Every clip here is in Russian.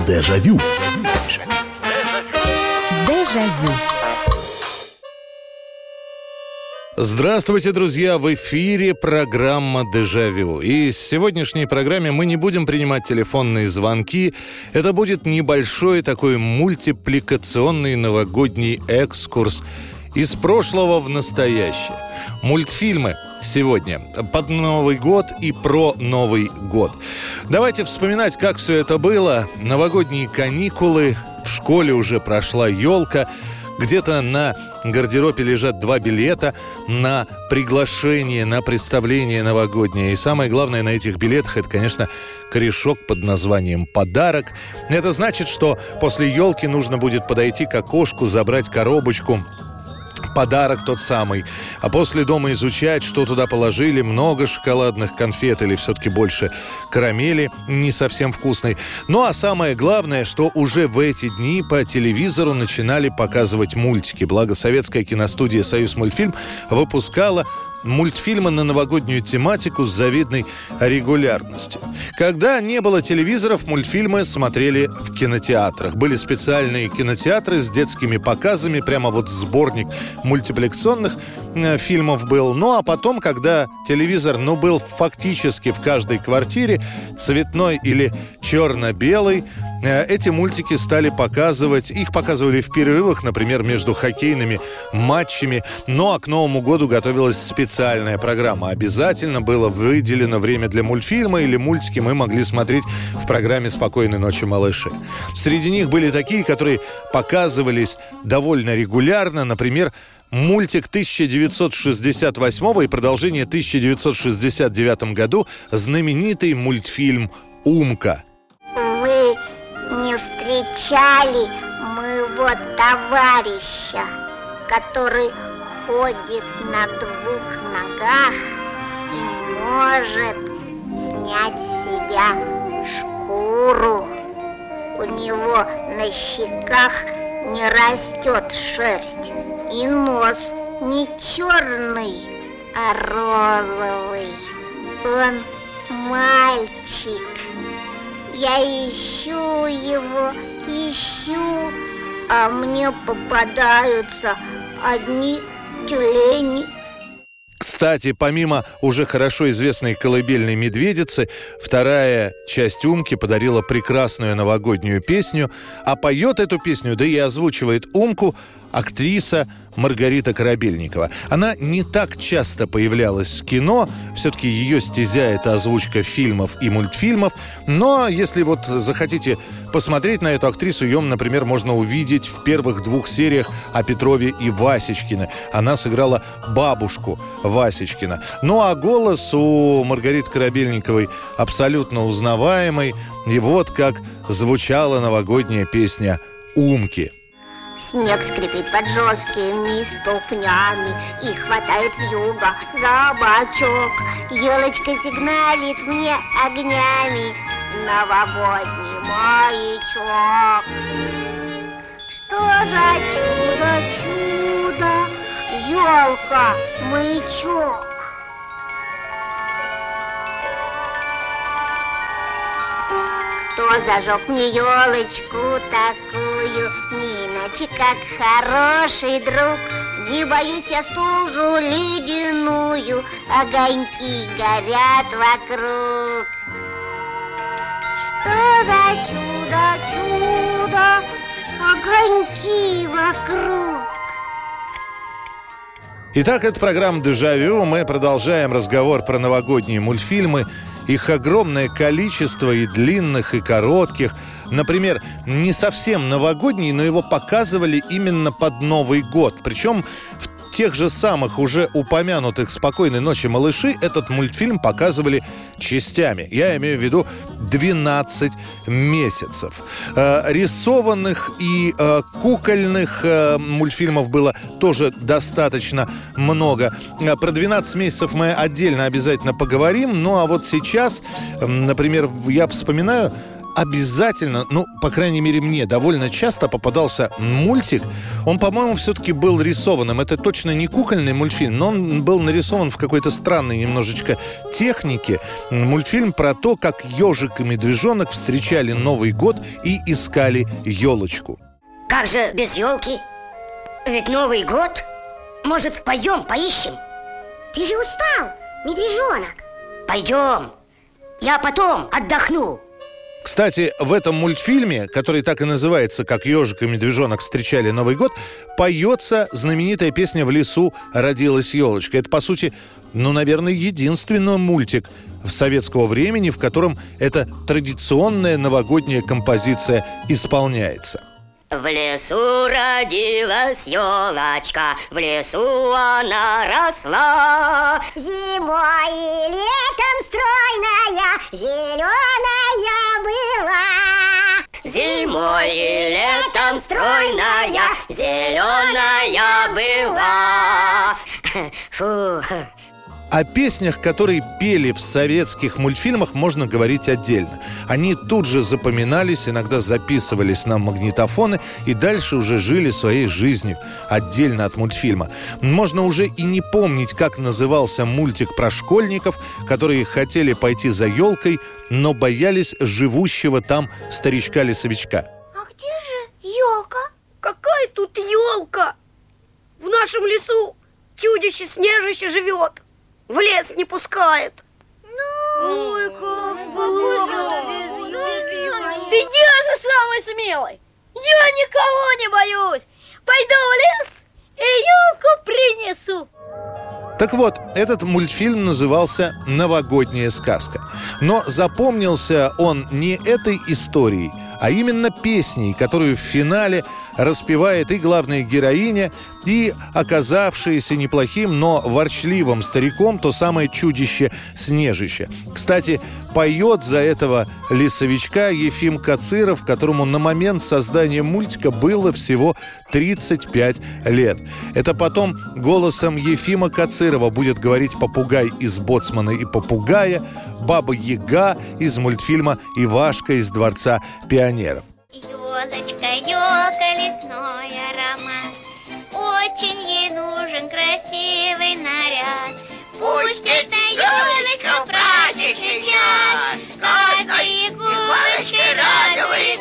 Дежавю. Дежавю. Здравствуйте, друзья! В эфире программа «Дежавю». И в сегодняшней программе мы не будем принимать телефонные звонки. Это будет небольшой такой мультипликационный новогодний экскурс из прошлого в настоящее. Мультфильмы сегодня под Новый год и про Новый год. Давайте вспоминать, как все это было. Новогодние каникулы, в школе уже прошла елка. Где-то на гардеробе лежат 2 билета на приглашение, на представление новогоднее. И самое главное на этих билетах – это, конечно, корешок под названием «Подарок». Это значит, что после елки нужно будет подойти к окошку, забрать коробочку, подарок тот самый, а после дома изучать, что туда положили, много шоколадных конфет или все-таки больше карамели, не совсем вкусной. Ну а самое главное, что уже в эти дни по телевизору начинали показывать мультики. Благо советская киностудия «Союзмультфильм» выпускала мультфильмы на новогоднюю тематику с завидной регулярностью. Когда не было телевизоров, мультфильмы смотрели в кинотеатрах. Были специальные кинотеатры с детскими показами, прямо вот сборник мультипликационных фильмов был. Ну а потом, когда телевизор, был фактически в каждой квартире, цветной или черно-белый, эти мультики стали показывать. Их показывали в перерывах, например, между хоккейными матчами. Ну а к Новому году готовилась специальная программа. Обязательно было выделено время для мультфильма или мультики мы могли смотреть в программе «Спокойной ночи, малыши». Среди них были такие, которые показывались довольно регулярно. Например, мультик 1968 и продолжение 1969 году, знаменитый мультфильм «Умка». Вы не встречали моего товарища, который ходит на 2 ногах и может снять с себя шкуру? У него на щеках не растет шерсть, и нос не черный, а розовый. Он мальчик. Я ищу его, а мне попадаются одни тюлени. Кстати, помимо уже хорошо известной колыбельной «Медведицы», вторая часть «Умки» подарила прекрасную новогоднюю песню, а поет эту песню, да и озвучивает «Умку» актриса Маргарита Корабельникова. Она не так часто появлялась в кино, все-таки ее стезя – это озвучка фильмов и мультфильмов, но если вот захотите посмотреть на эту актрису, ее, например, можно увидеть в первых 2 сериях о Петрове и Васечкине. Она сыграла бабушку Васечкина. Ну а голос у Маргариты Корабельниковой абсолютно узнаваемый. И вот как звучала новогодняя песня «Умки». Снег скрипит под жесткими ступнями и хватает вьюга за бочок. Елочка сигналит мне огнями, новогодний маячок. Что за чудо, елка, маячок? Кто зажег мне елочку такую, не иначе как хороший друг? Не боюсь я стужу ледяную, огоньки горят вокруг. Что за чудо, огоньки вокруг? Итак, это программа «Дежавю». Мы продолжаем разговор про новогодние мультфильмы. Их огромное количество, и длинных, и коротких. Например, не совсем новогодний, но его показывали именно под Новый год. Причем в тех же самых уже упомянутых «Спокойной ночи, малыши» этот мультфильм показывали частями. Я имею в виду 12 месяцев. Рисованных и кукольных мультфильмов было тоже достаточно много. Про 12 месяцев мы отдельно обязательно поговорим. Ну а вот сейчас, например, я вспоминаю обязательно, по крайней мере мне, довольно часто попадался мультик. Он, по-моему, все-таки был рисованным. Это точно не кукольный мультфильм, но он был нарисован в какой-то странной немножечко технике. Мультфильм про то, как ежик и медвежонок встречали Новый год и искали елочку. Как же без елки? Ведь Новый год. Может, пойдем поищем? Ты же устал, медвежонок. Пойдем. Я потом отдохну. Кстати, в этом мультфильме, который так и называется, как «Ежик и медвежонок встречали Новый год», поется знаменитая песня «В лесу родилась елочка». Это, по сути, наверное, единственный мультик советского времени, в котором эта традиционная новогодняя композиция исполняется. В лесу родилась елочка, в лесу она росла. Зимой и летом стройная, зеленая была. Зимой и летом стройная, зеленая была. Фу. О песнях, которые пели в советских мультфильмах, можно говорить отдельно. Они тут же запоминались, иногда записывались на магнитофоны и дальше уже жили своей жизнью, отдельно от мультфильма. Можно уже и не помнить, как назывался мультик про школьников, которые хотели пойти за елкой, но боялись живущего там старичка-лесовичка. А где же елка? Какая тут елка? В нашем лесу чудище-снежище живет. В лес не пускает. Ой, как плохо. Ты я же самый смелый. Я никого не боюсь. Пойду в лес и елку принесу. Так вот, этот мультфильм назывался «Новогодняя сказка». Но запомнился он не этой историей, а именно песней, которую в финале распевает и главная героиня, и оказавшееся неплохим, но ворчливым стариком то самое чудище-снежище. Кстати, поет за этого лесовичка Ефим Кациров, которому на момент создания мультика было всего 35 лет. Это потом голосом Ефима Кацирова будет говорить попугай из «Боцмана и попугая», Баба-Яга из мультфильма «Ивашка из Дворца пионеров». Елочка, елка, лесной аромат, очень ей нужен красивый наряд. Пусть эта елочка в праздничный час каждой иголочкой радует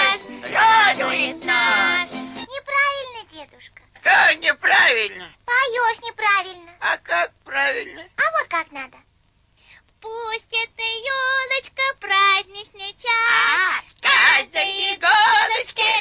нас. Неправильно, дедушка. Что неправильно? Поешь неправильно. А как правильно? А вот как надо. Пусть эта елочка в праздничный час Каждой иголочкой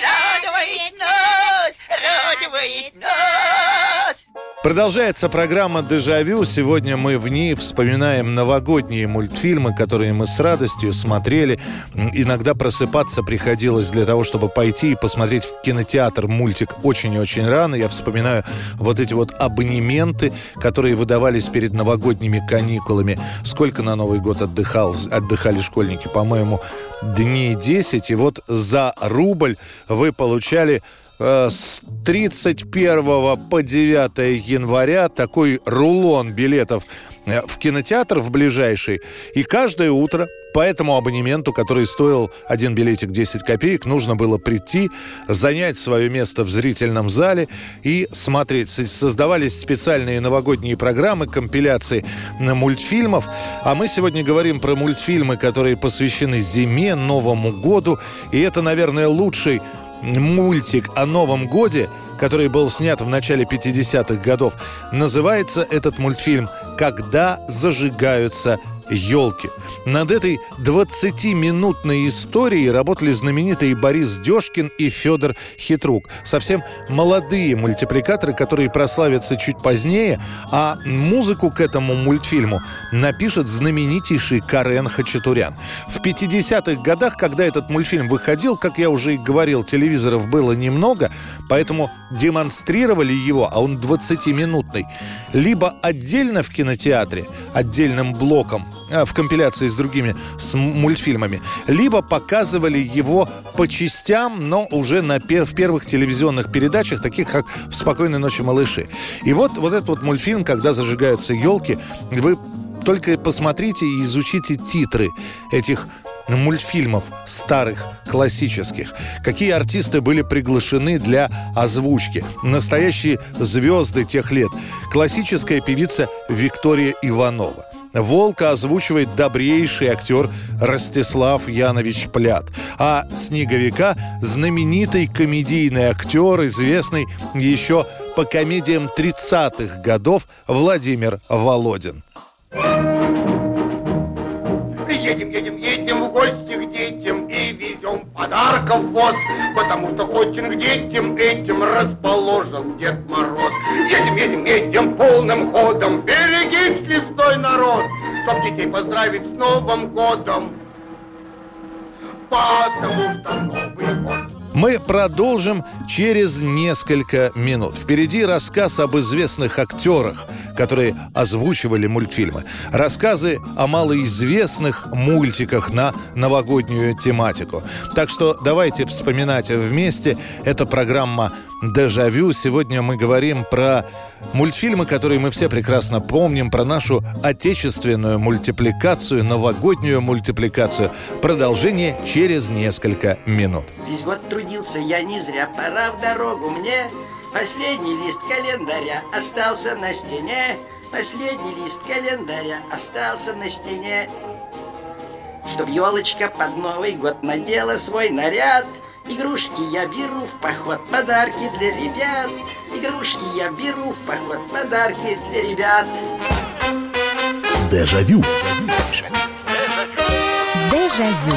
радует нас. Продолжается программа «Дежавю». Сегодня мы в ней вспоминаем новогодние мультфильмы, которые мы с радостью смотрели. Иногда просыпаться приходилось для того, чтобы пойти и посмотреть в кинотеатр мультик очень и очень рано. Я вспоминаю вот эти вот абонементы, которые выдавались перед новогодними каникулами. Сколько на Новый год отдыхали школьники? По-моему, дней 10. И вот за рубль вы получали с 31 по 9 января такой рулон билетов в кинотеатр в ближайший. И каждое утро по этому абонементу, который стоил один билетик 10 копеек, нужно было прийти, занять свое место в зрительном зале и смотреть. Создавались специальные новогодние программы, компиляции мультфильмов. А мы сегодня говорим про мультфильмы, которые посвящены зиме, Новому году. И это, наверное, лучший мультик о Новом годе, который был снят в начале 50-х годов. Называется этот мультфильм «Когда зажигаются елки». Над этой 20-минутной историей работали знаменитые Борис Дёшкин и Федор Хитрук. Совсем молодые мультипликаторы, которые прославятся чуть позднее, а музыку к этому мультфильму напишет знаменитейший Карен Хачатурян. В 50-х годах, когда этот мультфильм выходил, как я уже и говорил, телевизоров было немного, поэтому демонстрировали его, а он 20-минутный, либо отдельно в кинотеатре, отдельным блоком, в компиляции с другими мультфильмами, либо показывали его по частям, но уже в первых телевизионных передачах, таких как в «Спокойной ночи, малыши». И вот этот вот мультфильм «Когда зажигаются елки», вы только посмотрите и изучите титры этих мультфильмов старых, классических. Какие артисты были приглашены для озвучки. Настоящие звезды тех лет. Классическая певица Виктория Иванова. Волка озвучивает добрейший актер Ростислав Янович Плят. А Снеговика – знаменитый комедийный актер, известный еще по комедиям 30-х годов Владимир Володин. Едем в гости к детям и везем подарков воз, потому что очень к детям этим расположен Дед Мороз. Едем полным ходом, берегись, лесной народ, чтоб детей поздравить с Новым годом, потому что Новый год. Мы продолжим через несколько минут. Впереди рассказ об известных актерах, которые озвучивали мультфильмы. Рассказы о малоизвестных мультиках на новогоднюю тематику. Так что давайте вспоминать вместе. Это программа «Дежавю». Сегодня мы говорим про мультфильмы, которые мы все прекрасно помним, про нашу отечественную мультипликацию, новогоднюю мультипликацию. Продолжение через несколько минут. Весь год трудился я не зря, пора в дорогу мне. Последний лист календаря остался на стене. Последний лист календаря остался на стене. Чтоб елочка под Новый год надела свой наряд. Игрушки я беру в поход, подарки для ребят. Игрушки я беру в поход, подарки для ребят. Дежавю. Дежавю.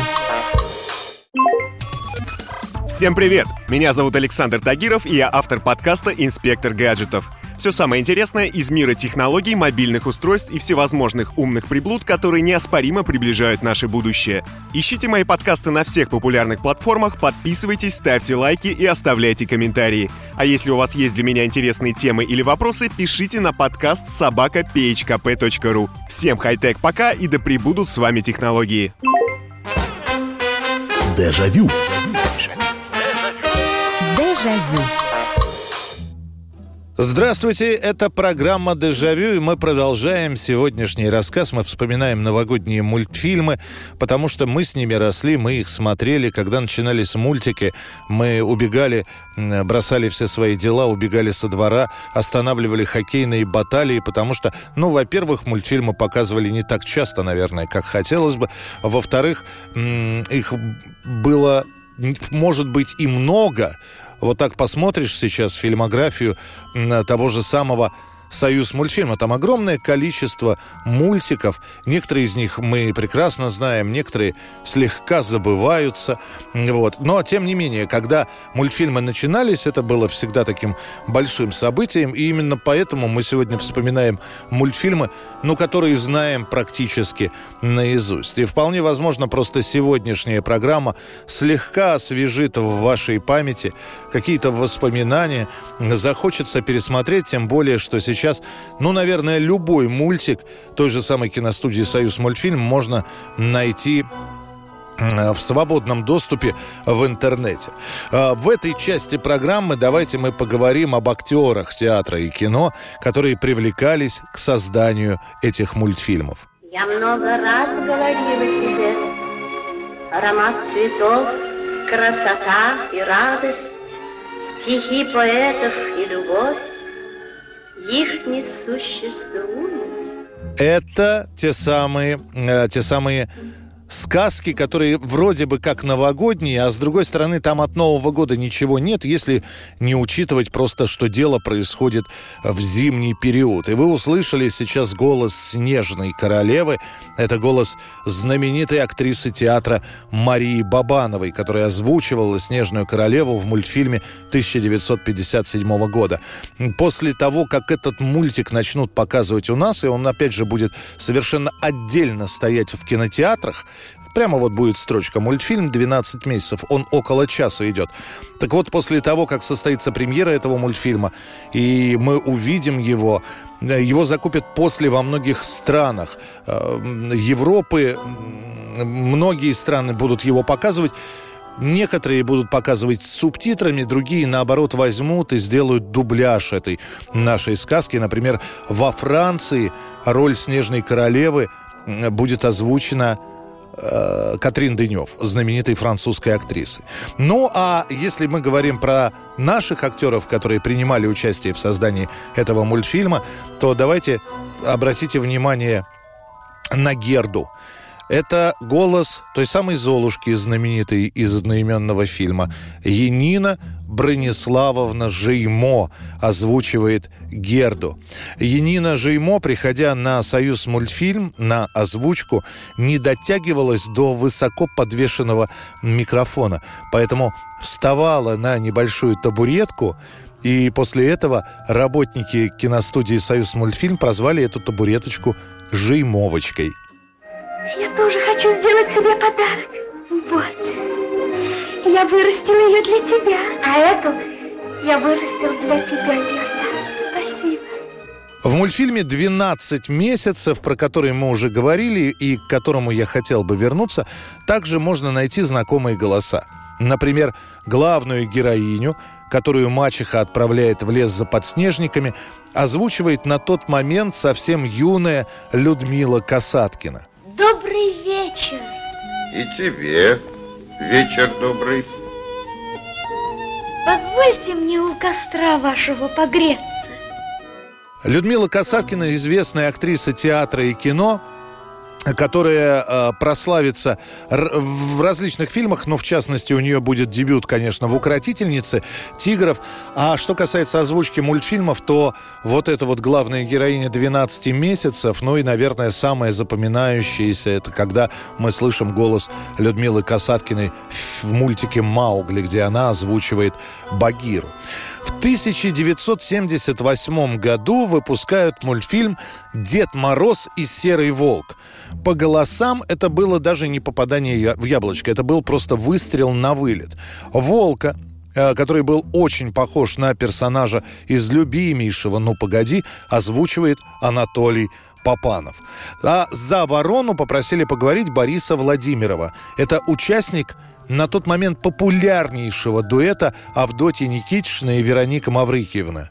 Всем привет! Меня зовут Александр Тагиров, и я автор подкаста «Инспектор гаджетов». Все самое интересное из мира технологий, мобильных устройств и всевозможных умных приблуд, которые неоспоримо приближают наше будущее. Ищите мои подкасты на всех популярных платформах, подписывайтесь, ставьте лайки и оставляйте комментарии. А если у вас есть для меня интересные темы или вопросы, пишите на подкаст @phkp.ru. Всем хай-тек пока, и да пребудут с вами технологии. Дежавю. Дежавю. Здравствуйте, это программа «Дежавю», и мы продолжаем сегодняшний рассказ. Мы вспоминаем новогодние мультфильмы, потому что мы с ними росли, мы их смотрели. Когда начинались мультики, мы убегали, бросали все свои дела, убегали со двора, останавливали хоккейные баталии, потому что, во-первых, мультфильмы показывали не так часто, наверное, как хотелось бы. Во-вторых, их было, может быть, и много. Вот так посмотришь сейчас фильмографию того же самого «Союзмультфильма». Там огромное количество мультиков. Некоторые из них мы прекрасно знаем, некоторые слегка забываются. Вот. Но, тем не менее, когда мультфильмы начинались, это было всегда таким большим событием. И именно поэтому мы сегодня вспоминаем мультфильмы, которые знаем практически наизусть. И вполне возможно, просто сегодняшняя программа слегка освежит в вашей памяти какие-то воспоминания. Захочется пересмотреть, тем более, что сейчас, наверное, любой мультик той же самой киностудии «Союзмультфильм» можно найти в свободном доступе в интернете. В этой части программы давайте мы поговорим об актерах театра и кино, которые привлекались к созданию этих мультфильмов. Я много раз говорила тебе, аромат цветов, красота и радость, стихи поэтов и любовь, их не существует. Это те самые сказки, которые вроде бы как новогодние, а с другой стороны, там от Нового года ничего нет, если не учитывать просто, что дело происходит в зимний период. И вы услышали сейчас голос Снежной королевы. Это голос знаменитой актрисы театра Марии Бабановой, которая озвучивала Снежную королеву в мультфильме 1957 года. После того, как этот мультик начнут показывать у нас, и он опять же будет совершенно отдельно стоять в кинотеатрах, прямо вот будет строчка «Мультфильм 12 месяцев», он около часа идет. Так вот, после того, как состоится премьера этого мультфильма, и мы увидим его закупят после во многих странах Европы. Многие страны будут его показывать. Некоторые будут показывать с субтитрами, другие, наоборот, возьмут и сделают дубляж этой нашей сказки. Например, во Франции роль Снежной королевы будет озвучена Катрин Денев, знаменитой французской актрисы. Ну, а если мы говорим про наших актеров, которые принимали участие в создании этого мультфильма, то давайте обратите внимание на Герду. Это голос той самой Золушки, знаменитой из одноименного фильма. Янина Брониславовна Жеймо озвучивает Герду. Янина Жеймо, приходя на «Союзмультфильм», на озвучку, не дотягивалась до высоко подвешенного микрофона. Поэтому вставала на небольшую табуретку, и после этого работники киностудии «Союзмультфильм» прозвали эту табуреточку «Жеймовочкой». Я тоже хочу сделать тебе подарок. Вот. Я вырастила ее для тебя. А эту я вырастил для тебя, Герда. Спасибо. В мультфильме «12 месяцев», про который мы уже говорили и к которому я хотел бы вернуться, также можно найти знакомые голоса. Например, главную героиню, которую мачеха отправляет в лес за подснежниками, озвучивает на тот момент совсем юная Людмила Касаткина. Добрый вечер. И тебе вечер добрый. Позвольте мне у костра вашего погреться. Людмила Касаткина – известная актриса театра и кино, которая прославится в различных фильмах, но в частности у нее будет дебют, конечно, в «Укротительнице тигров». А что касается озвучки мультфильмов, то вот эта вот главная героиня 12 месяцев, ну и, наверное, самое запоминающееся, это когда мы слышим голос Людмилы Касаткиной в мультике «Маугли», где она озвучивает Багиру. В 1978 году выпускают мультфильм «Дед Мороз и Серый волк». По голосам это было даже не попадание в яблочко, это был просто выстрел на вылет. Волка, который был очень похож на персонажа из любимейшего «Ну, погоди», озвучивает Анатолий Папанов. А за ворону попросили поговорить Бориса Владимирова. Это участник на тот момент популярнейшего дуэта Авдотья Никитична и Вероника Маврикиевна.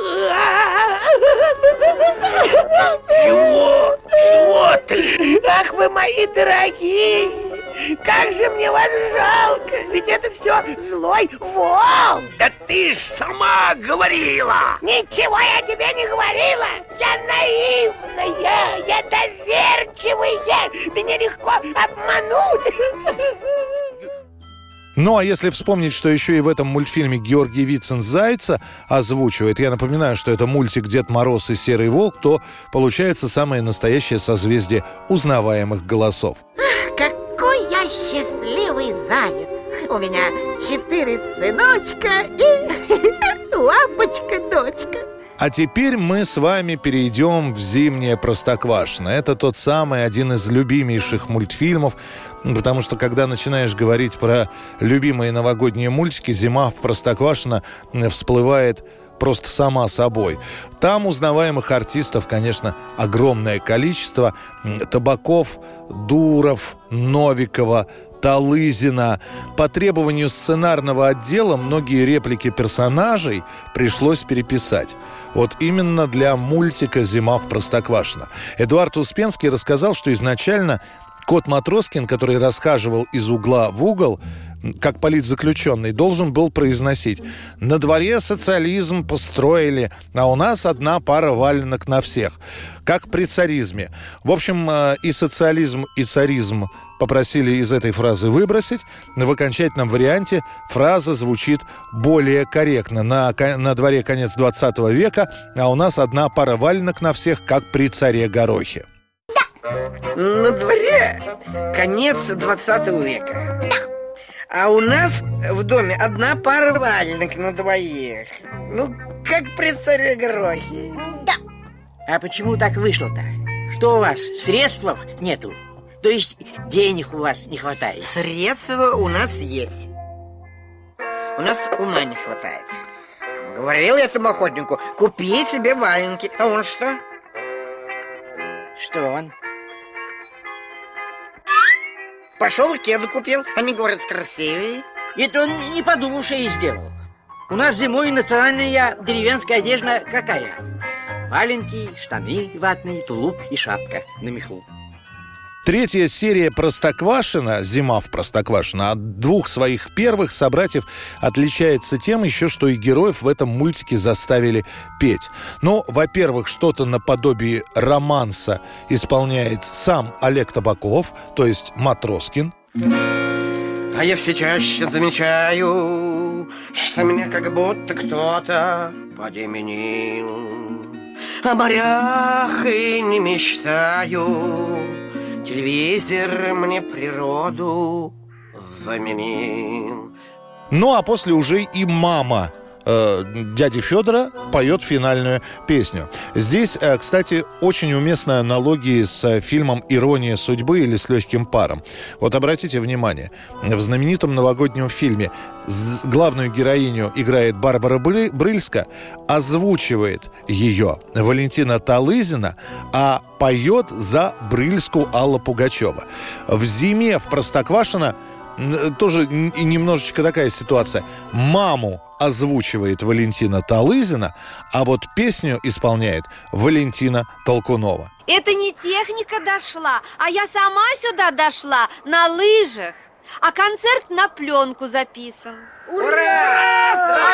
Чего ты? Ах вы мои дорогие! Как же мне вас жалко! Ведь это все злой волк! Да ты ж сама говорила! Ничего я тебе не говорила! Я наивная! Я доверчивая! Меня легко обмануть! Ну, а если вспомнить, что еще и в этом мультфильме Георгий Вицин Зайца озвучивает, я напоминаю, что это мультик «Дед Мороз и Серый волк», то получается самое настоящее созвездие узнаваемых голосов. Какой я счастливый заяц! У меня 4 сыночка и лапочка-дочка. А теперь мы с вами перейдем в «Зимнее Простоквашино». Это тот самый, один из любимейших мультфильмов, потому что, когда начинаешь говорить про любимые новогодние мультики, «Зима в Простоквашино» всплывает просто сама собой. Там узнаваемых артистов, конечно, огромное количество. Табаков, Дуров, Новикова, Талызина. По требованию сценарного отдела многие реплики персонажей пришлось переписать. Вот именно для мультика «Зима в Простоквашино». Эдуард Успенский рассказал, что изначально Кот Матроскин, который расхаживал из угла в угол, как политзаключенный, должен был произносить: «На дворе социализм построили, а у нас одна пара валенок на всех». Как при царизме. В общем, и социализм, и царизм попросили из этой фразы выбросить. В окончательном варианте фраза звучит более корректно. На дворе конец 20 века, а у нас одна пара валенок на всех, как при царе Горохе. На дворе конец 20 века. А у нас в доме одна пара валенок на двоих. Ну, как при царе Горохе. Да. А почему так вышло-то? Что у вас, средств нету? То есть денег у вас не хватает? Средства у нас есть. У нас ума не хватает. Говорил я этому охотнику: купи себе валенки. А он что? Что он? Пошел кеду купил. Они говорят, красивые. Это он не подумавший и сделал. У нас зимой национальная деревенская одежда какая? Валенки, штаны ватные, тулуп и шапка на меху. Третья серия «Простоквашино», «Зима в Простоквашино», от двух своих первых собратьев отличается тем еще, что и героев в этом мультике заставили петь. Ну, во-первых, что-то наподобие романса исполняет сам Олег Табаков, то есть Матроскин. А я все чаще замечаю, что меня как будто кто-то подеменил. О морях и не мечтаю, телевизор мне природу заменил. Ну, а после уже и мама дяди Федора поет финальную песню. Здесь, кстати, очень уместная аналогия с фильмом «Ирония судьбы» или «С легким паром». Вот обратите внимание, в знаменитом новогоднем фильме главную героиню играет Барбара Брыльска, озвучивает ее Валентина Талызина, а поет за Брыльску Алла Пугачева. В «Зиме в Простоквашино» тоже немножечко такая ситуация. Маму озвучивает Валентина Талызина, а вот песню исполняет Валентина Толкунова. Это не техника дошла, а я сама сюда дошла на лыжах. А концерт на пленку записан. Ура!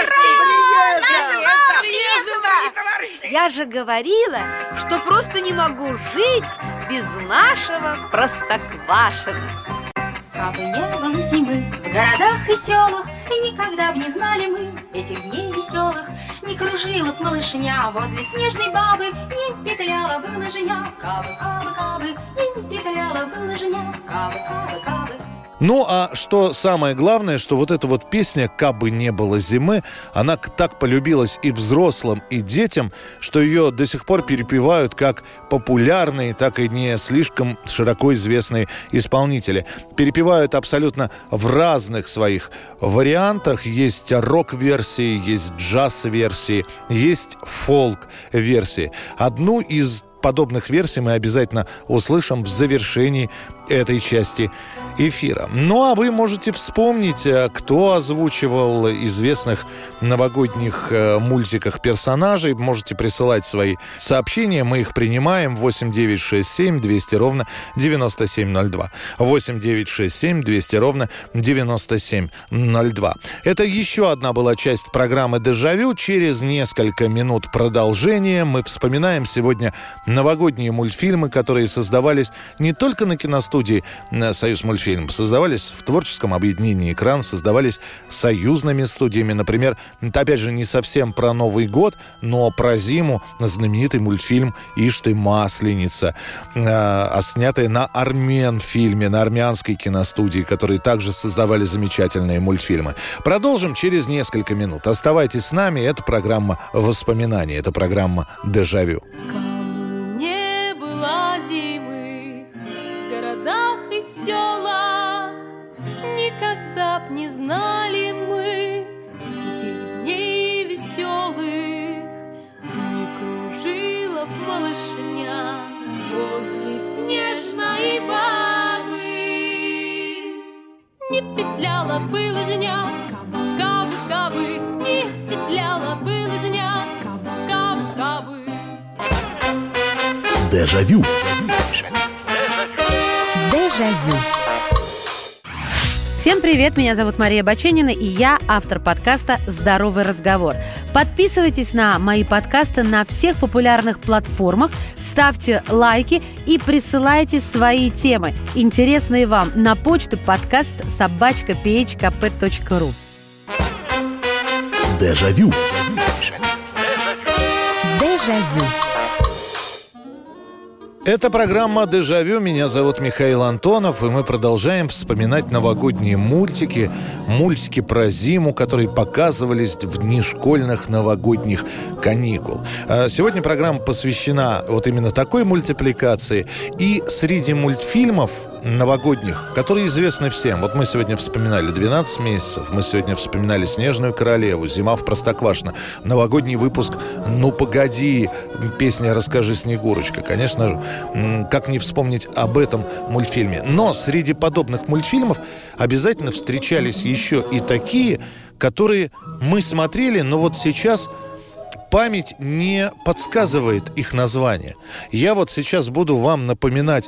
Я же говорила, что просто не могу жить без нашего Простоквашино. Кабы не было зимы в городах и селах, и никогда б не знали мы этих дней веселых. Не кружила б малышня возле снежной бабы, не петляла бы лыжня, кабы, кабы, кабы, не петляла бы лыжня, кабы, кабы, кабы. Ну, а что самое главное, что вот эта вот песня «Кабы не было зимы», она так полюбилась и взрослым, и детям, что ее до сих пор перепевают как популярные, так и не слишком широко известные исполнители. Перепевают абсолютно в разных своих вариантах. Есть рок-версии, есть джаз-версии, есть фолк-версии. Одну из подобных версий мы обязательно услышим в завершении этой части эфира. Ну, а вы можете вспомнить, кто озвучивал известных новогодних мультиках персонажей. Можете присылать свои сообщения, мы их принимаем. 8 9 6 7 200 ровно 9702. 8 9 6 7 200 ровно 9702. Это еще одна была часть программы «Дежавю». Через несколько минут продолжения. Мы вспоминаем сегодня новогодние мультфильмы, которые создавались не только на киностудии «Союзмультфильм», создавались в творческом объединении «Экран», создавались союзными студиями. Например, опять же, не совсем про Новый год, но про зиму знаменитый мультфильм «Ишь ты, масленица», снятый на Арменфильме, на армянской киностудии, которые также создавали замечательные мультфильмы. Продолжим через несколько минут. Оставайтесь с нами. Это программа «Воспоминания», это программа «Дежавю». Не было зимы в городах и селах, никогда б не знали мы этих дней веселых. Не кружила б малышня возле снежной бабы, не петляла бы лыжня, кабы-кабы-кабы, не петляла бы лыжня, кабы-кабы-кабы. Дежавю. Дежавю. Всем привет, меня зовут Мария Баченина, и я автор подкаста «Здоровый разговор». Подписывайтесь на мои подкасты на всех популярных платформах, ставьте лайки и присылайте свои темы, интересные вам, на почту podcast@phkp.ru. Дежавю. Дежавю. Это программа «Дежавю». Меня зовут Михаил Антонов, и мы продолжаем вспоминать новогодние мультики, мультики про зиму, которые показывались в дни школьных новогодних каникул. Сегодня программа посвящена вот именно такой мультипликации. И среди мультфильмов новогодних, которые известны всем. Вот мы сегодня вспоминали «12 месяцев», мы сегодня вспоминали «Снежную королеву», «Зима в Простоквашино», новогодний выпуск «Ну, погоди», песня «Расскажи, Снегурочка». Конечно же, как не вспомнить об этом мультфильме. Но среди подобных мультфильмов обязательно встречались еще и такие, которые мы смотрели, но вот сейчас память не подсказывает их название. Я вот сейчас буду вам напоминать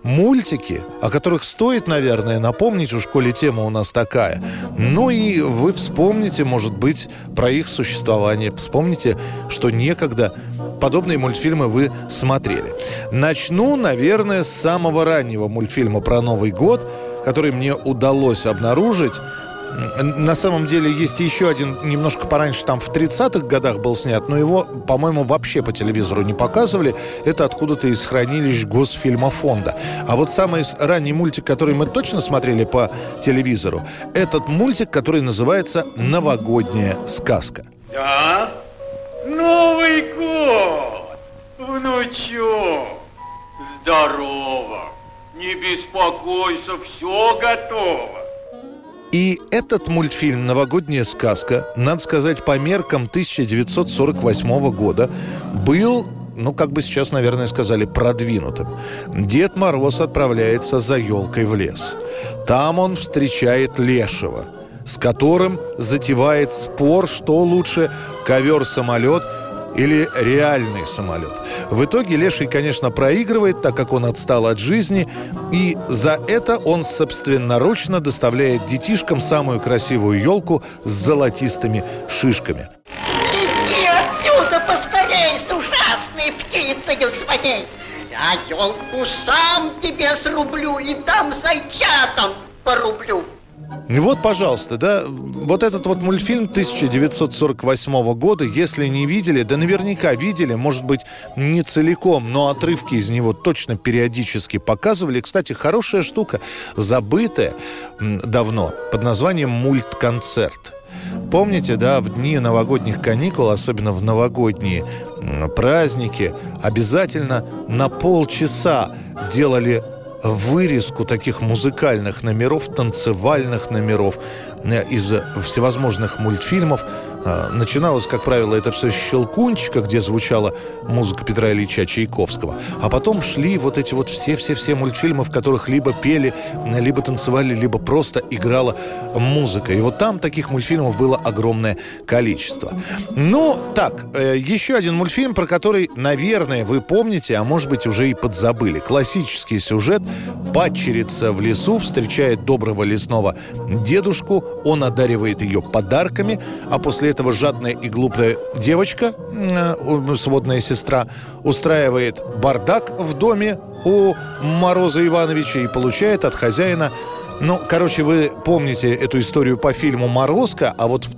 мультики, о которых стоит, наверное, напомнить, уж коли тема у нас такая. Ну и вы вспомните, может быть, про их существование. Вспомните, что некогда подобные мультфильмы вы смотрели. Начну, наверное, с самого раннего мультфильма про Новый год, который мне удалось обнаружить. На самом деле есть еще один, немножко пораньше, там в 30-х годах был снят, но его, по-моему, вообще по телевизору не показывали. Это откуда-то из хранилищ Госфильмофонда. А вот самый ранний мультик, который мы точно смотрели по телевизору, этот мультик, который называется «Новогодняя сказка». Да? Новый год, внучок, здорово, не беспокойся, все готово. И этот мультфильм «Новогодняя сказка», надо сказать, по меркам 1948 года был, как бы сейчас, наверное, сказали, продвинутым. Дед Мороз отправляется за елкой в лес. Там он встречает Лешего, с которым затевает спор, что лучше – ковер-самолет или реальный самолет. В итоге Леший, конечно, проигрывает, так как он отстал от жизни, и за это он собственноручно доставляет детишкам самую красивую елку с золотистыми шишками. Иди отсюда поскорей, ужасные птицы своей! Я елку сам тебе срублю и дам зайчатам порублю. Вот, пожалуйста, да, вот этот вот мультфильм 1948 года, если не видели, да наверняка видели, может быть, не целиком, но отрывки из него точно периодически показывали. Кстати, хорошая штука, забытая давно, под названием «Мультконцерт». Помните, да, в дни новогодних каникул, особенно в новогодние праздники, обязательно на полчаса делали вырезку таких музыкальных номеров, танцевальных номеров из всевозможных мультфильмов. Начиналось, как правило, это все с «Щелкунчика», где звучала музыка Петра Ильича Чайковского. А потом шли вот эти вот все мультфильмы, в которых либо пели, либо танцевали, либо просто играла музыка. И вот там таких мультфильмов было огромное количество. Еще один мультфильм, про который, наверное, вы помните, а может быть, уже и подзабыли. Классический сюжет. Падчерица в лесу встречает доброго лесного дедушку. Он одаривает ее подарками, а после этого жадная и глупая девочка, сводная сестра, устраивает бардак в доме у Мороза Ивановича и получает от хозяина... вы помните эту историю по фильму «Морозко», а вот в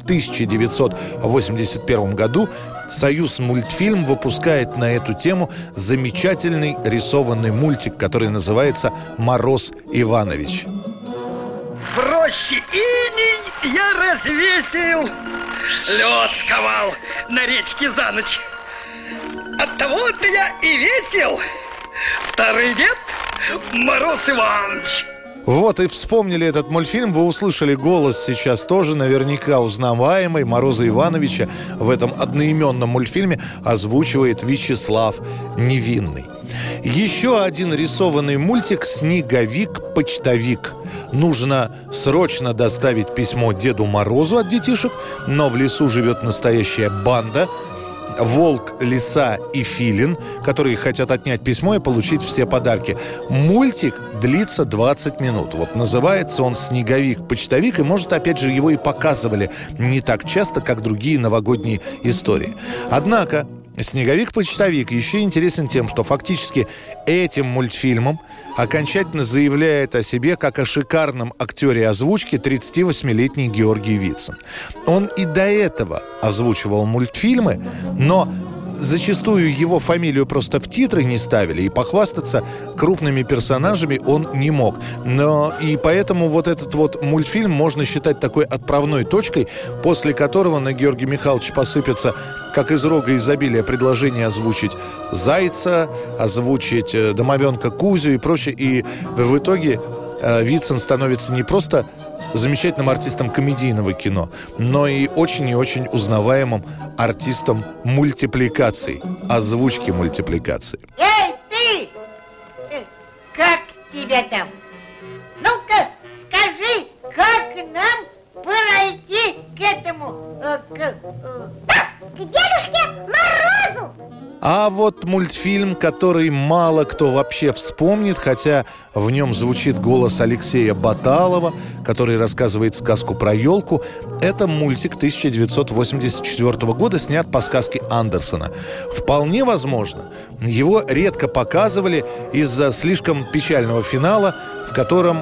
1981 году «Союзмультфильм» выпускает на эту тему замечательный рисованный мультик, который называется «Мороз Иванович». В роще иней я развесил, лед сковал на речке за ночь. Оттого-то я и весел, старый дед Мороз Иванович. Вот, и вспомнили этот мультфильм, вы услышали голос сейчас тоже наверняка узнаваемый Мороза Ивановича в этом одноименном мультфильме озвучивает Вячеслав Невинный. Еще один рисованный мультик «Снеговик-почтовик». Нужно срочно доставить письмо Деду Морозу от детишек, но в лесу живет настоящая банда. Волк, лиса и филин, которые хотят отнять письмо и получить все подарки. Мультик длится 20 минут. Вот называется он «Снеговик-почтовик», и, может, опять же, его и показывали не так часто, как другие новогодние истории. Однако «Снеговик-почтовик» еще интересен тем, что фактически этим мультфильмом окончательно заявляет о себе как о шикарном актере озвучки 38-летний Георгий Вицин. Он и до этого озвучивал мультфильмы, но зачастую его фамилию просто в титры не ставили, и похвастаться крупными персонажами он не мог. Но и поэтому вот этот вот мультфильм можно считать такой отправной точкой, после которого на Георгия Михайловича посыпется, как из рога изобилия, предложение озвучить Зайца, озвучить домовенка Кузю и прочее. И в итоге Вицин становится не просто замечательным артистом комедийного кино, но и очень узнаваемым артистом мультипликаций, озвучки мультипликаций. Эй, ты! Как тебя там? Ну-ка, скажи, как нам пройти к этому... К Дедушке Морозу! А вот мультфильм, который мало кто вообще вспомнит, хотя в нем звучит голос Алексея Баталова, который рассказывает сказку про елку, это мультик 1984 года, снят по сказке Андерсона. Вполне возможно, его редко показывали из-за слишком печального финала, в котором...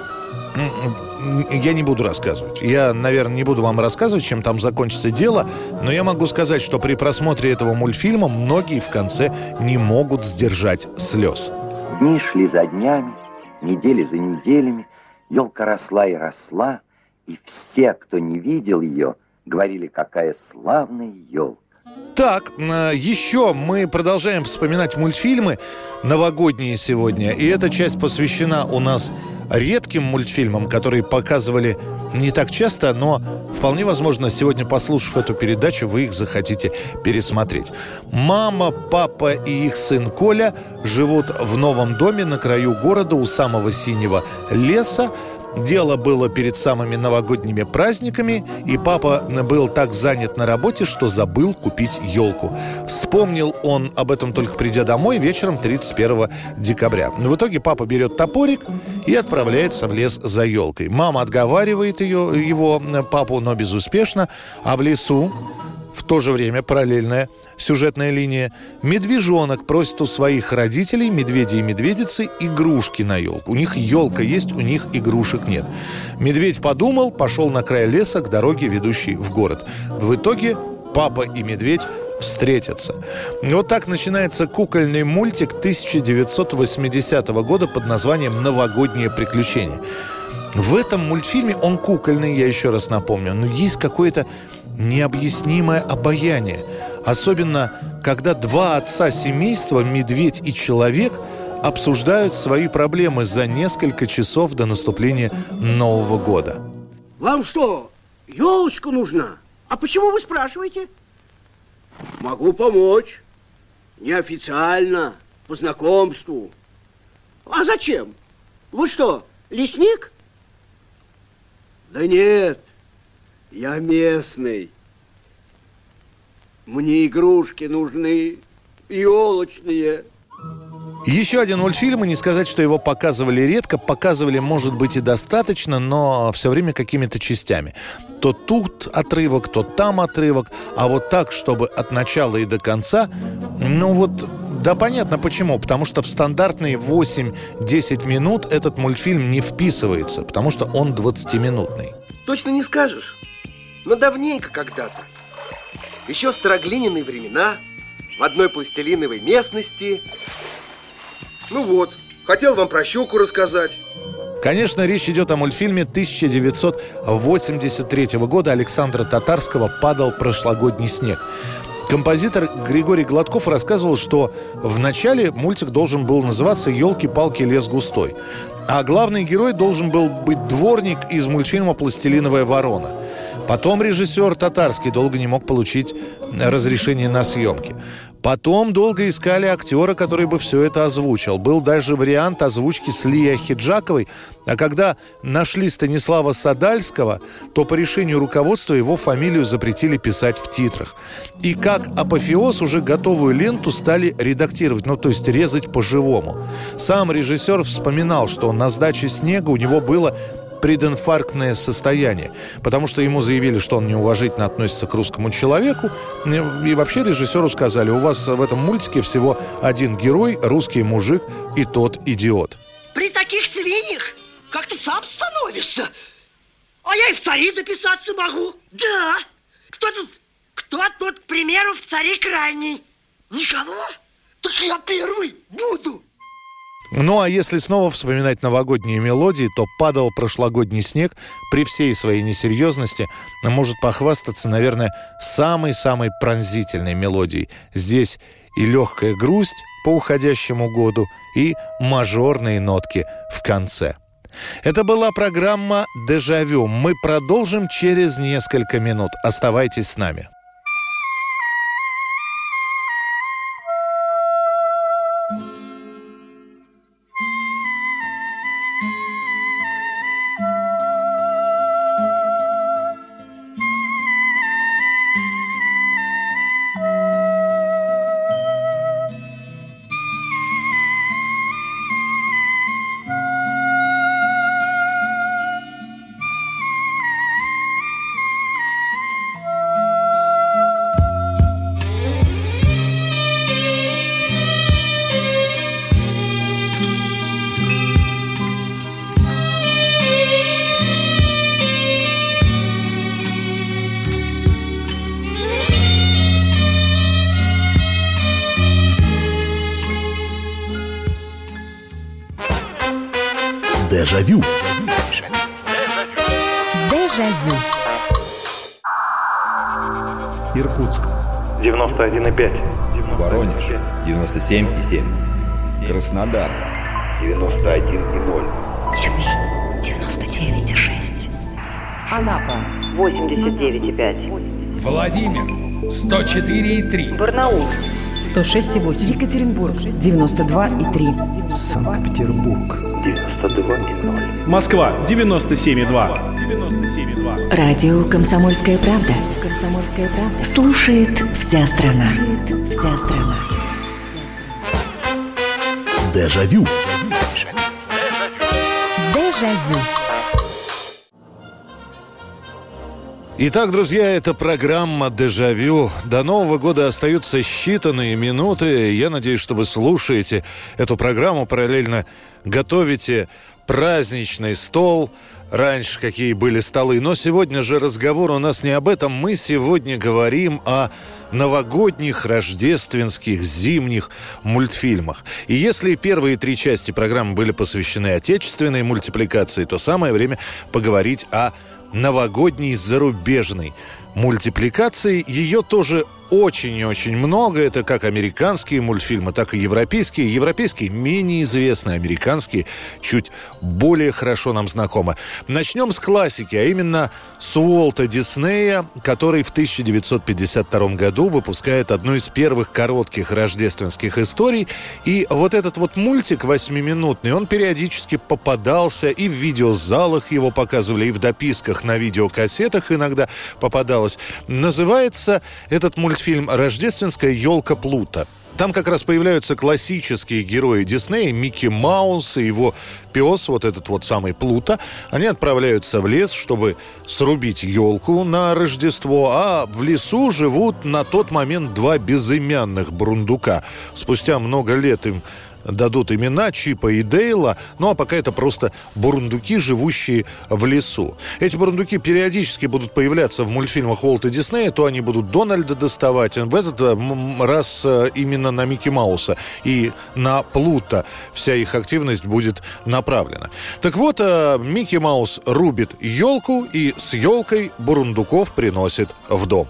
Я не буду рассказывать. Я, наверное, не буду вам рассказывать, чем там закончится дело, но я могу сказать, что при просмотре этого мультфильма многие в конце не могут сдержать слез. Дни шли за днями, недели за неделями, елка росла и росла, и все, кто не видел ее, говорили, какая славная елка. Так, еще мы продолжаем вспоминать мультфильмы новогодние сегодня, и эта часть посвящена у нас редким мультфильмам, которые показывали не так часто, но вполне возможно, сегодня, послушав эту передачу, вы их захотите пересмотреть. Мама, папа и их сын Коля живут в новом доме на краю города у самого синего леса. Дело было перед самыми новогодними праздниками, и папа был так занят на работе, что забыл купить елку. Вспомнил он об этом только придя домой вечером 31 декабря. В итоге папа берет топорик и отправляется в лес за елкой. Мама отговаривает его, папу, но безуспешно, а в лесу в то же время параллельная сюжетная линия. Медвежонок просит у своих родителей, медведя и медведицы, игрушки на елку. У них елка есть, у них игрушек нет. Медведь подумал, пошел на край леса к дороге, ведущей в город. В итоге папа и медведь встретятся. Вот так начинается кукольный мультик 1980 года под названием «Новогодние приключения». В этом мультфильме, он кукольный, я еще раз напомню, но есть какое-то необъяснимое обаяние. Особенно, когда два отца семейства, медведь и человек, обсуждают свои проблемы за несколько часов до наступления Нового года. Вам что, елочка нужна? А почему вы спрашиваете? Могу помочь. Неофициально, по знакомству. А зачем? Вы что, лесник? Да нет, я местный. Мне игрушки нужны, елочные. Еще один мультфильм, и не сказать, что его показывали редко. Показывали, может быть, и достаточно, но все время какими-то частями. То тут отрывок, то там отрывок. А вот так, чтобы от начала и до конца, да понятно почему. Потому что в стандартные 8-10 минут этот мультфильм не вписывается, потому что он 20-минутный. Точно не скажешь, но давненько когда-то. Еще в староглиняные времена, в одной пластилиновой местности. Ну вот, хотел вам про щуку рассказать. Конечно, речь идет о мультфильме 1983 года Александра Татарского «Падал прошлогодний снег». Композитор Григорий Гладков рассказывал, что в начале мультик должен был называться «Елки-палки, лес густой». А главный герой должен был быть дворник из мультфильма «Пластилиновая ворона». Потом режиссер Татарский долго не мог получить разрешение на съемки. Потом долго искали актера, который бы все это озвучил. Был даже вариант озвучки с Лией Ахеджаковой. А когда нашли Станислава Садальского, то по решению руководства его фамилию запретили писать в титрах. И как апофеоз уже готовую ленту стали редактировать, то есть резать по-живому. Сам режиссер вспоминал, что на сдаче «Снега» у него было прединфарктное состояние, потому что ему заявили, что он неуважительно относится к русскому человеку, и вообще режиссеру сказали: у вас в этом мультике всего один герой, русский мужик, и тот идиот. При таких свиньях как ты сам становишься. А я и в цари записаться могу. Да. Кто тут, к примеру, в цари крайний? Никого? Так я первый буду. Ну, а если снова вспоминать новогодние мелодии, то «Падал прошлогодний снег» при всей своей несерьезности может похвастаться, наверное, самой-самой пронзительной мелодией. Здесь и легкая грусть по уходящему году, и мажорные нотки в конце. Это была программа «Дежавю». Мы продолжим через несколько минут. Оставайтесь с нами. Дежавю. Дежавю. Иркутск 91,5. Воронеж 97,7. Краснодар 91,0. Тюмень 99,6. Анапа 89,5. Владимир 104,3. Барнаул 106,8. Екатеринбург 92,3. Санкт-Петербург 92,0. Москва 97,2. Радио «Комсомольская правда». «Комсомольская правда». Слушает вся страна. Вся страна. Дежавю. Дежавю. Итак, друзья, это программа «Дежавю». До Нового года остаются считанные минуты. Я надеюсь, что вы слушаете эту программу, параллельно готовите праздничный стол. Раньше какие были столы. Но сегодня же разговор у нас не об этом. Мы сегодня говорим о новогодних, рождественских, зимних мультфильмах. И если первые 3 части программы были посвящены отечественной мультипликации, то самое время поговорить о новогодней зарубежной мультипликации. Ее тоже очень и очень много. Это как американские мультфильмы, так и европейские. Европейские менее известны, американские чуть более хорошо нам знакомы. Начнем с классики, а именно с Уолта Диснея, который в 1952 году выпускает одну из первых коротких рождественских историй. И вот этот вот мультик 8-минутный, он периодически попадался, и в видеозалах его показывали, и в дописках на видеокассетах иногда попадалось. Называется этот мультфильм «Рождественская елка Плуто». Там как раз появляются классические герои Диснея, Микки Маус и его пес, вот этот вот самый Плуто. Они отправляются в лес, чтобы срубить елку на Рождество, а в лесу живут на тот момент 2 безымянных бурундука. Спустя много лет им дадут имена Чипа и Дейла, ну а пока это просто бурундуки, живущие в лесу. Эти бурундуки периодически будут появляться в мультфильмах Уолта Диснея, то они будут Дональда доставать, в этот раз именно на Микки Мауса и на Плуто вся их активность будет направлена. Так вот, Микки Маус рубит елку и с елкой бурундуков приносит в дом.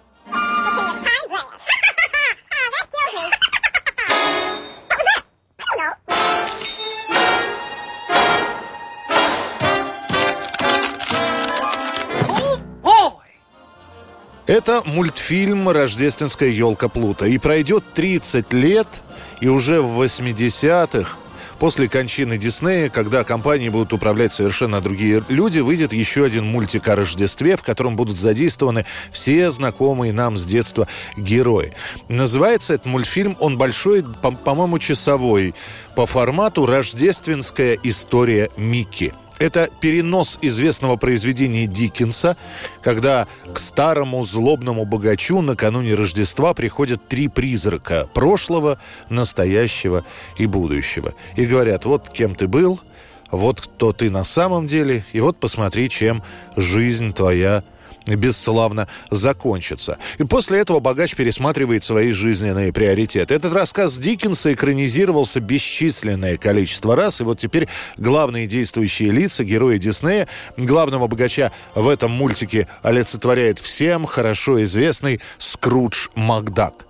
Это мультфильм «Рождественская елка Плуто». И пройдет 30 лет, и уже в 80-х, после кончины Диснея, когда компанией будут управлять совершенно другие люди, выйдет еще один мультик о Рождестве, в котором будут задействованы все знакомые нам с детства герои. Называется этот мультфильм, он большой, по-моему, часовой, по формату «Рождественская история Микки». Это перенос известного произведения Диккенса, когда к старому злобному богачу накануне Рождества приходят 3 призрака – прошлого, настоящего и будущего. И говорят, вот кем ты был, вот кто ты на самом деле, и вот посмотри, чем жизнь твоя бесславно закончится. И после этого богач пересматривает свои жизненные приоритеты. Этот рассказ Диккенса экранизировался бесчисленное количество раз, и вот теперь главные действующие лица, герои Диснея, главного богача в этом мультике олицетворяет всем хорошо известный Скрудж Макдак.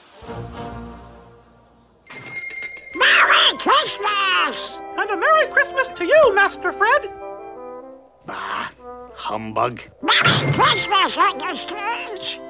Merry Christmas! And a Merry Christmas to you, Master Fred! Bah, humbug. Merry Christmas, Uncle Scrooge!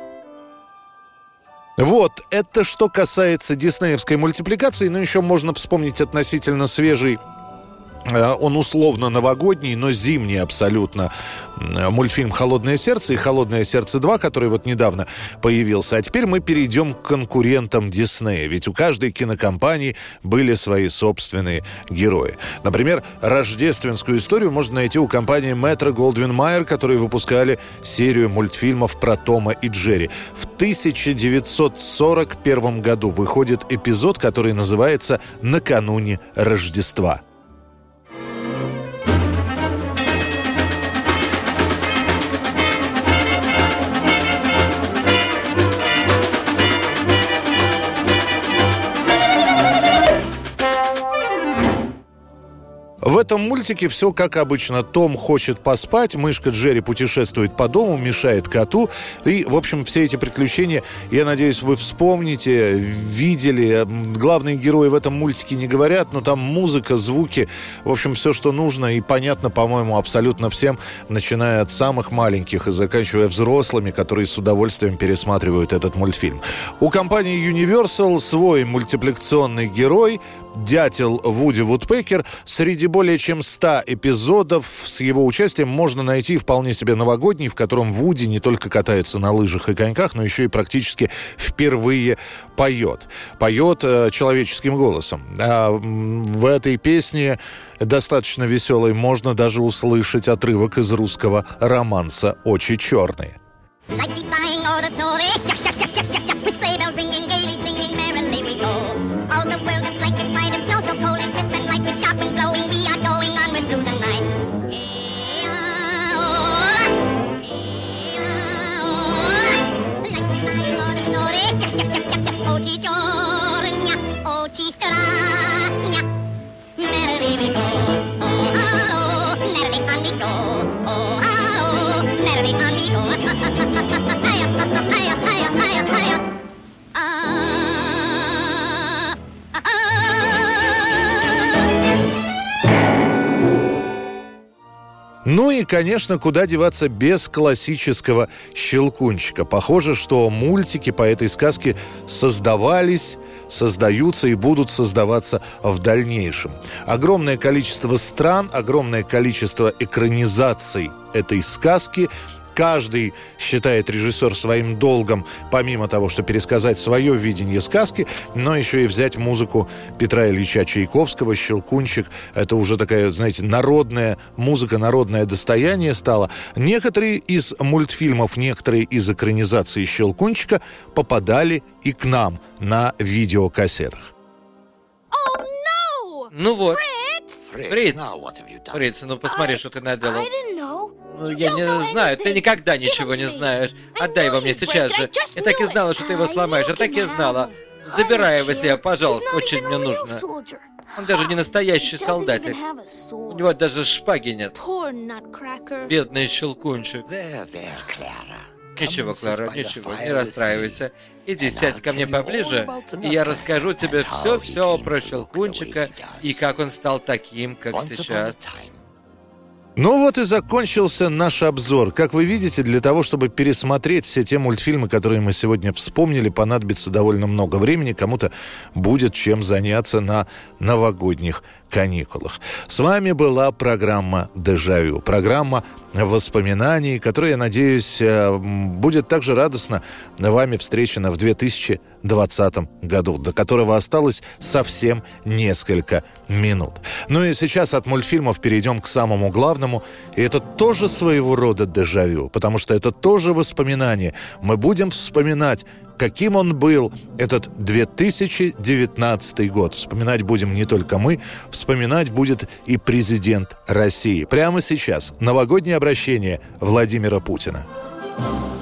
Вот, это что касается диснеевской мультипликации, но еще можно вспомнить относительно свежий, он условно новогодний, но зимний абсолютно, мультфильм «Холодное сердце» и «Холодное сердце 2», который вот недавно появился. А теперь мы перейдем к конкурентам Диснея, ведь у каждой кинокомпании были свои собственные герои. Например, рождественскую историю можно найти у компании Metro-Goldwyn-Mayer, которые выпускали серию мультфильмов про Тома и Джерри. В 1941 году выходит эпизод, который называется «Накануне Рождества». В этом мультике все как обычно. Том хочет поспать, мышка Джерри путешествует по дому, мешает коту. И, в общем, все эти приключения, я надеюсь, вы вспомните, видели. Главные герои в этом мультике не говорят, но там музыка, звуки, в общем, все, что нужно и понятно, по-моему, абсолютно всем, начиная от самых маленьких и заканчивая взрослыми, которые с удовольствием пересматривают этот мультфильм. У компании Universal свой мультипликационный герой, дятел Вуди Вудпекер. Среди более чем 100 эпизодов с его участием можно найти вполне себе новогодний, в котором Вуди не только катается на лыжах и коньках, но еще и практически впервые поет. Поет человеческим голосом. А в этой песне, достаточно веселой, можно даже услышать отрывок из русского романса «Очи черные». Ну и, конечно, куда деваться без классического «Щелкунчика». Похоже, что мультики по этой сказке создавались, создаются и будут создаваться в дальнейшем. Огромное количество стран, огромное количество экранизаций этой сказки. Каждый считает режиссер своим долгом, помимо того, что пересказать свое видение сказки, но еще и взять музыку Петра Ильича Чайковского. «Щелкунчик» — это уже такая, знаете, народная музыка, народное достояние стало. Некоторые из мультфильмов, некоторые из экранизаций «Щелкунчика» попадали и к нам на видеокассетах. Ну вот. Фриц, ну посмотри, что ты наделал. Ну, я не знаю, ты никогда ничего не знаешь. Отдай его мне сейчас же. Я так и знала, что ты его сломаешь, я так и знала. Забирай его себе, пожалуйста, очень мне нужно. Он даже не настоящий солдатик. У него даже шпаги нет. Бедный Щелкунчик. Ничего, Клара, ничего, не расстраивайся. Иди, сядь ко мне поближе, и я расскажу тебе все про Щелкунчика и как он стал таким, как сейчас. Ну вот и закончился наш обзор. Как вы видите, для того, чтобы пересмотреть все те мультфильмы, которые мы сегодня вспомнили, понадобится довольно много времени. Кому-то будет чем заняться на новогодних каникулах. С вами была программа «Дежавю». Программа воспоминаний, которая, я надеюсь, будет также радостно вами встречена в 2020 году, до которого осталось совсем несколько минут. Ну и сейчас от мультфильмов перейдем к самому главному. И это тоже своего рода дежавю, потому что это тоже воспоминание. Мы будем вспоминать, каким он был, этот 2019 год. Вспоминать будем не только мы, вспоминать будет и президент России. Прямо сейчас новогоднее обращение Владимира Путина.